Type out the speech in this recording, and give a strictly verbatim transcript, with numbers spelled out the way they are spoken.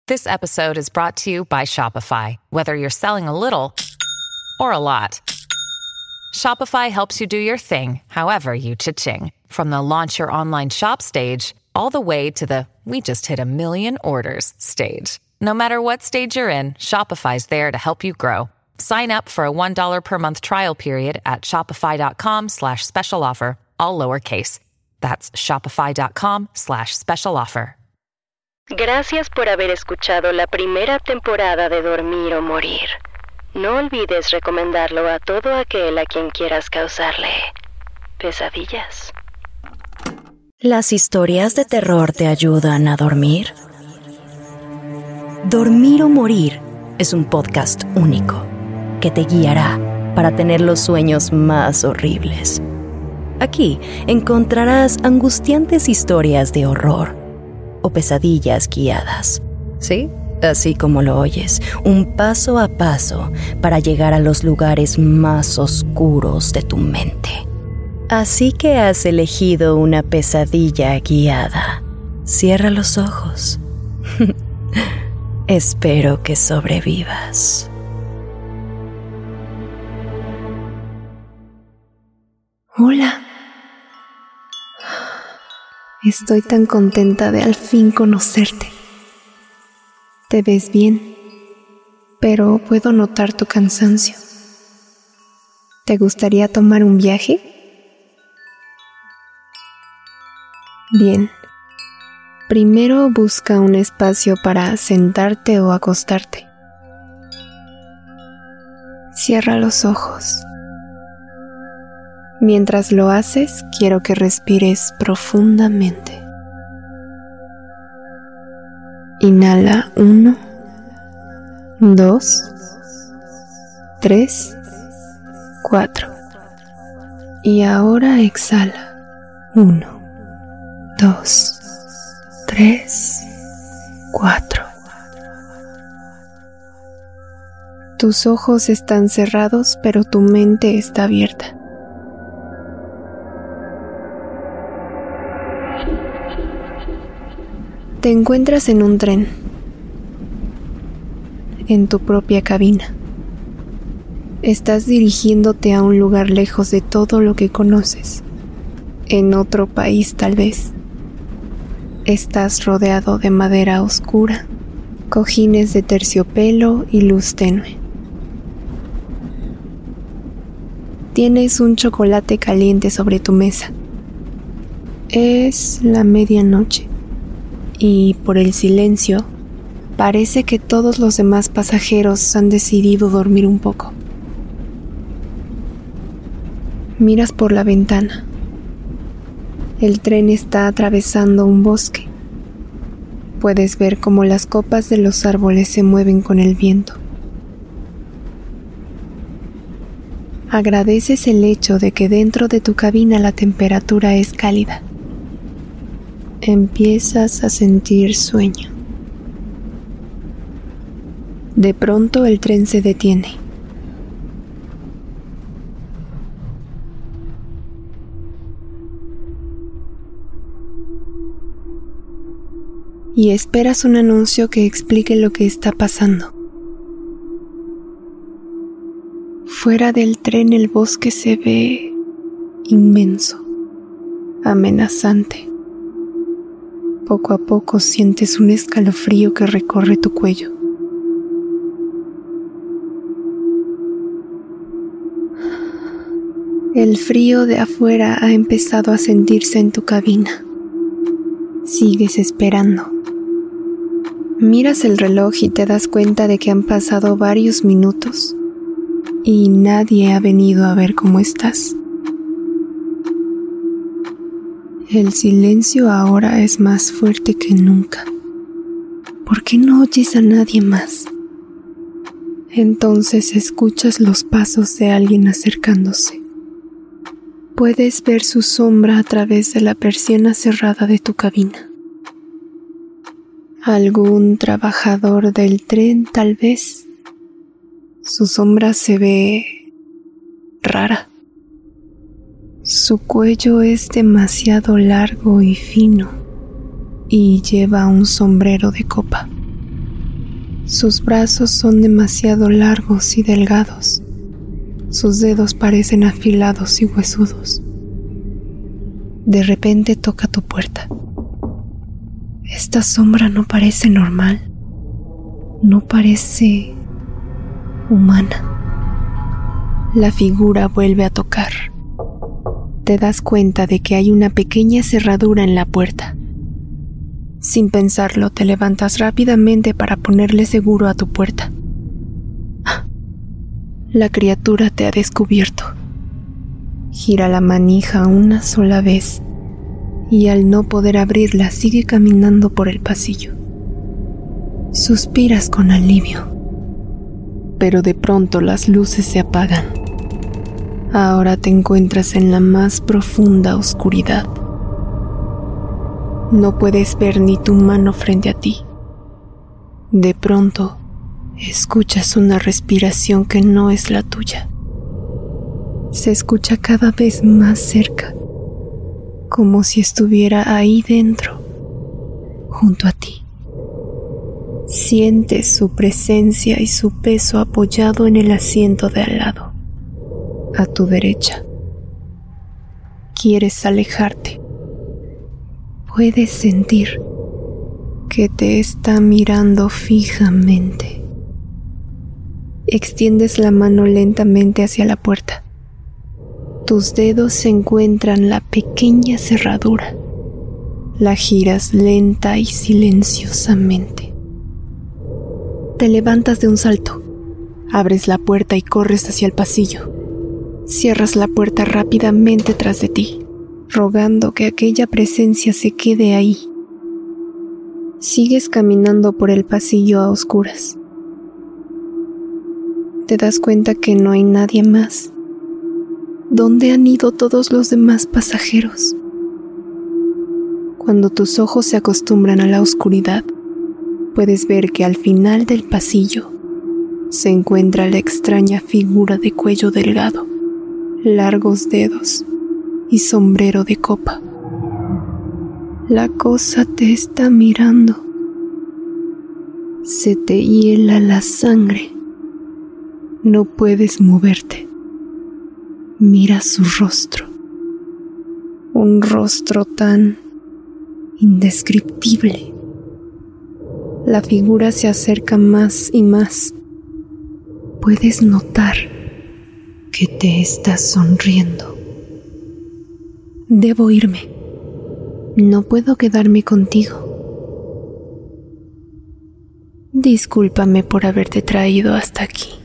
This episode is brought to you by Shopify. Whether you're selling a little or a lot, Shopify helps you do your thing, however you cha-ching. From the launch your online shop stage, all the way to the we just hit a million orders stage. No matter what stage you're in, Shopify's there to help you grow. Sign up for a one dollar per month trial period at shopify.com slash special offer, all lowercase. That's shopify.com slash special offer. Gracias por haber escuchado la primera temporada de Dormir o Morir. No olvides recomendarlo a todo aquel a quien quieras causarle pesadillas. ¿Las historias de terror te ayudan a dormir? Dormir o Morir es un podcast único que te guiará para tener los sueños más horribles. Aquí encontrarás angustiantes historias de horror o pesadillas guiadas. ¿Sí? Así como lo oyes, un paso a paso para llegar a los lugares más oscuros de tu mente. Así que has elegido una pesadilla guiada. Cierra los ojos. Espero que sobrevivas. Hola. Estoy tan contenta de al fin conocerte. Te ves bien, pero puedo notar tu cansancio. ¿Te gustaría tomar un viaje? Bien. Primero busca un espacio para sentarte o acostarte. Cierra los ojos. Mientras lo haces, quiero que respires profundamente. Inhala uno, dos, tres, cuatro. Y ahora exhala. Uno, dos, tres, cuatro. Tus ojos están cerrados, pero tu mente está abierta. Te encuentras en un tren, en tu propia cabina. Estás dirigiéndote a un lugar lejos de todo lo que conoces, en otro país tal vez. Estás rodeado de madera oscura, cojines de terciopelo y luz tenue. Tienes un chocolate caliente sobre tu mesa. Es la medianoche. Y por el silencio, parece que todos los demás pasajeros han decidido dormir un poco. Miras por la ventana. El tren está atravesando un bosque. Puedes ver cómo las copas de los árboles se mueven con el viento. Agradeces el hecho de que dentro de tu cabina la temperatura es cálida. Empiezas a sentir sueño. De pronto el tren se detiene. Y esperas un anuncio que explique lo que está pasando. Fuera del tren el bosque se ve inmenso, amenazante. Poco a poco sientes un escalofrío que recorre tu cuello. El frío de afuera ha empezado a sentirse en tu cabina. Sigues esperando. Miras el reloj y te das cuenta de que han pasado varios minutos y nadie ha venido a ver cómo estás. El silencio ahora es más fuerte que nunca. ¿Por qué no oyes a nadie más? Entonces escuchas los pasos de alguien acercándose. Puedes ver su sombra a través de la persiana cerrada de tu cabina. ¿Algún trabajador del tren, tal vez? Su sombra se ve rara. Su cuello es demasiado largo y fino y lleva un sombrero de copa. Sus brazos son demasiado largos y delgados. Sus dedos parecen afilados y huesudos. De repente toca tu puerta. Esta sombra no parece normal. No parece humana. La figura vuelve a tocar. Te das cuenta de que hay una pequeña cerradura en la puerta. Sin pensarlo, te levantas rápidamente para ponerle seguro a tu puerta. La criatura te ha descubierto. Gira la manija una sola vez y al no poder abrirla sigue caminando por el pasillo. Suspiras con alivio, pero de pronto las luces se apagan. Ahora te encuentras en la más profunda oscuridad. No puedes ver ni tu mano frente a ti. De pronto, escuchas una respiración que no es la tuya. Se escucha cada vez más cerca, como si estuviera ahí dentro, junto a ti. Sientes su presencia y su peso apoyado en el asiento de al lado, a tu derecha. Quieres alejarte. Puedes sentir que te está mirando fijamente. Extiendes la mano lentamente hacia la puerta. Tus dedos se encuentran la pequeña cerradura. La giras lenta y silenciosamente. Te levantas de un salto. Abres la puerta y corres hacia el pasillo. Cierras la puerta rápidamente tras de ti, rogando que aquella presencia se quede ahí. Sigues caminando por el pasillo a oscuras. Te das cuenta que no hay nadie más. ¿Dónde han ido todos los demás pasajeros? Cuando tus ojos se acostumbran a la oscuridad, puedes ver que al final del pasillo se encuentra la extraña figura de cuello delgado, largos dedos y sombrero de copa. La cosa te está mirando. Se te hiela la sangre. No puedes moverte. Miras su rostro. Un rostro tan indescriptible. La figura se acerca más y más. Puedes notar que te está sonriendo. Debo irme. No puedo quedarme contigo. Discúlpame por haberte traído hasta aquí.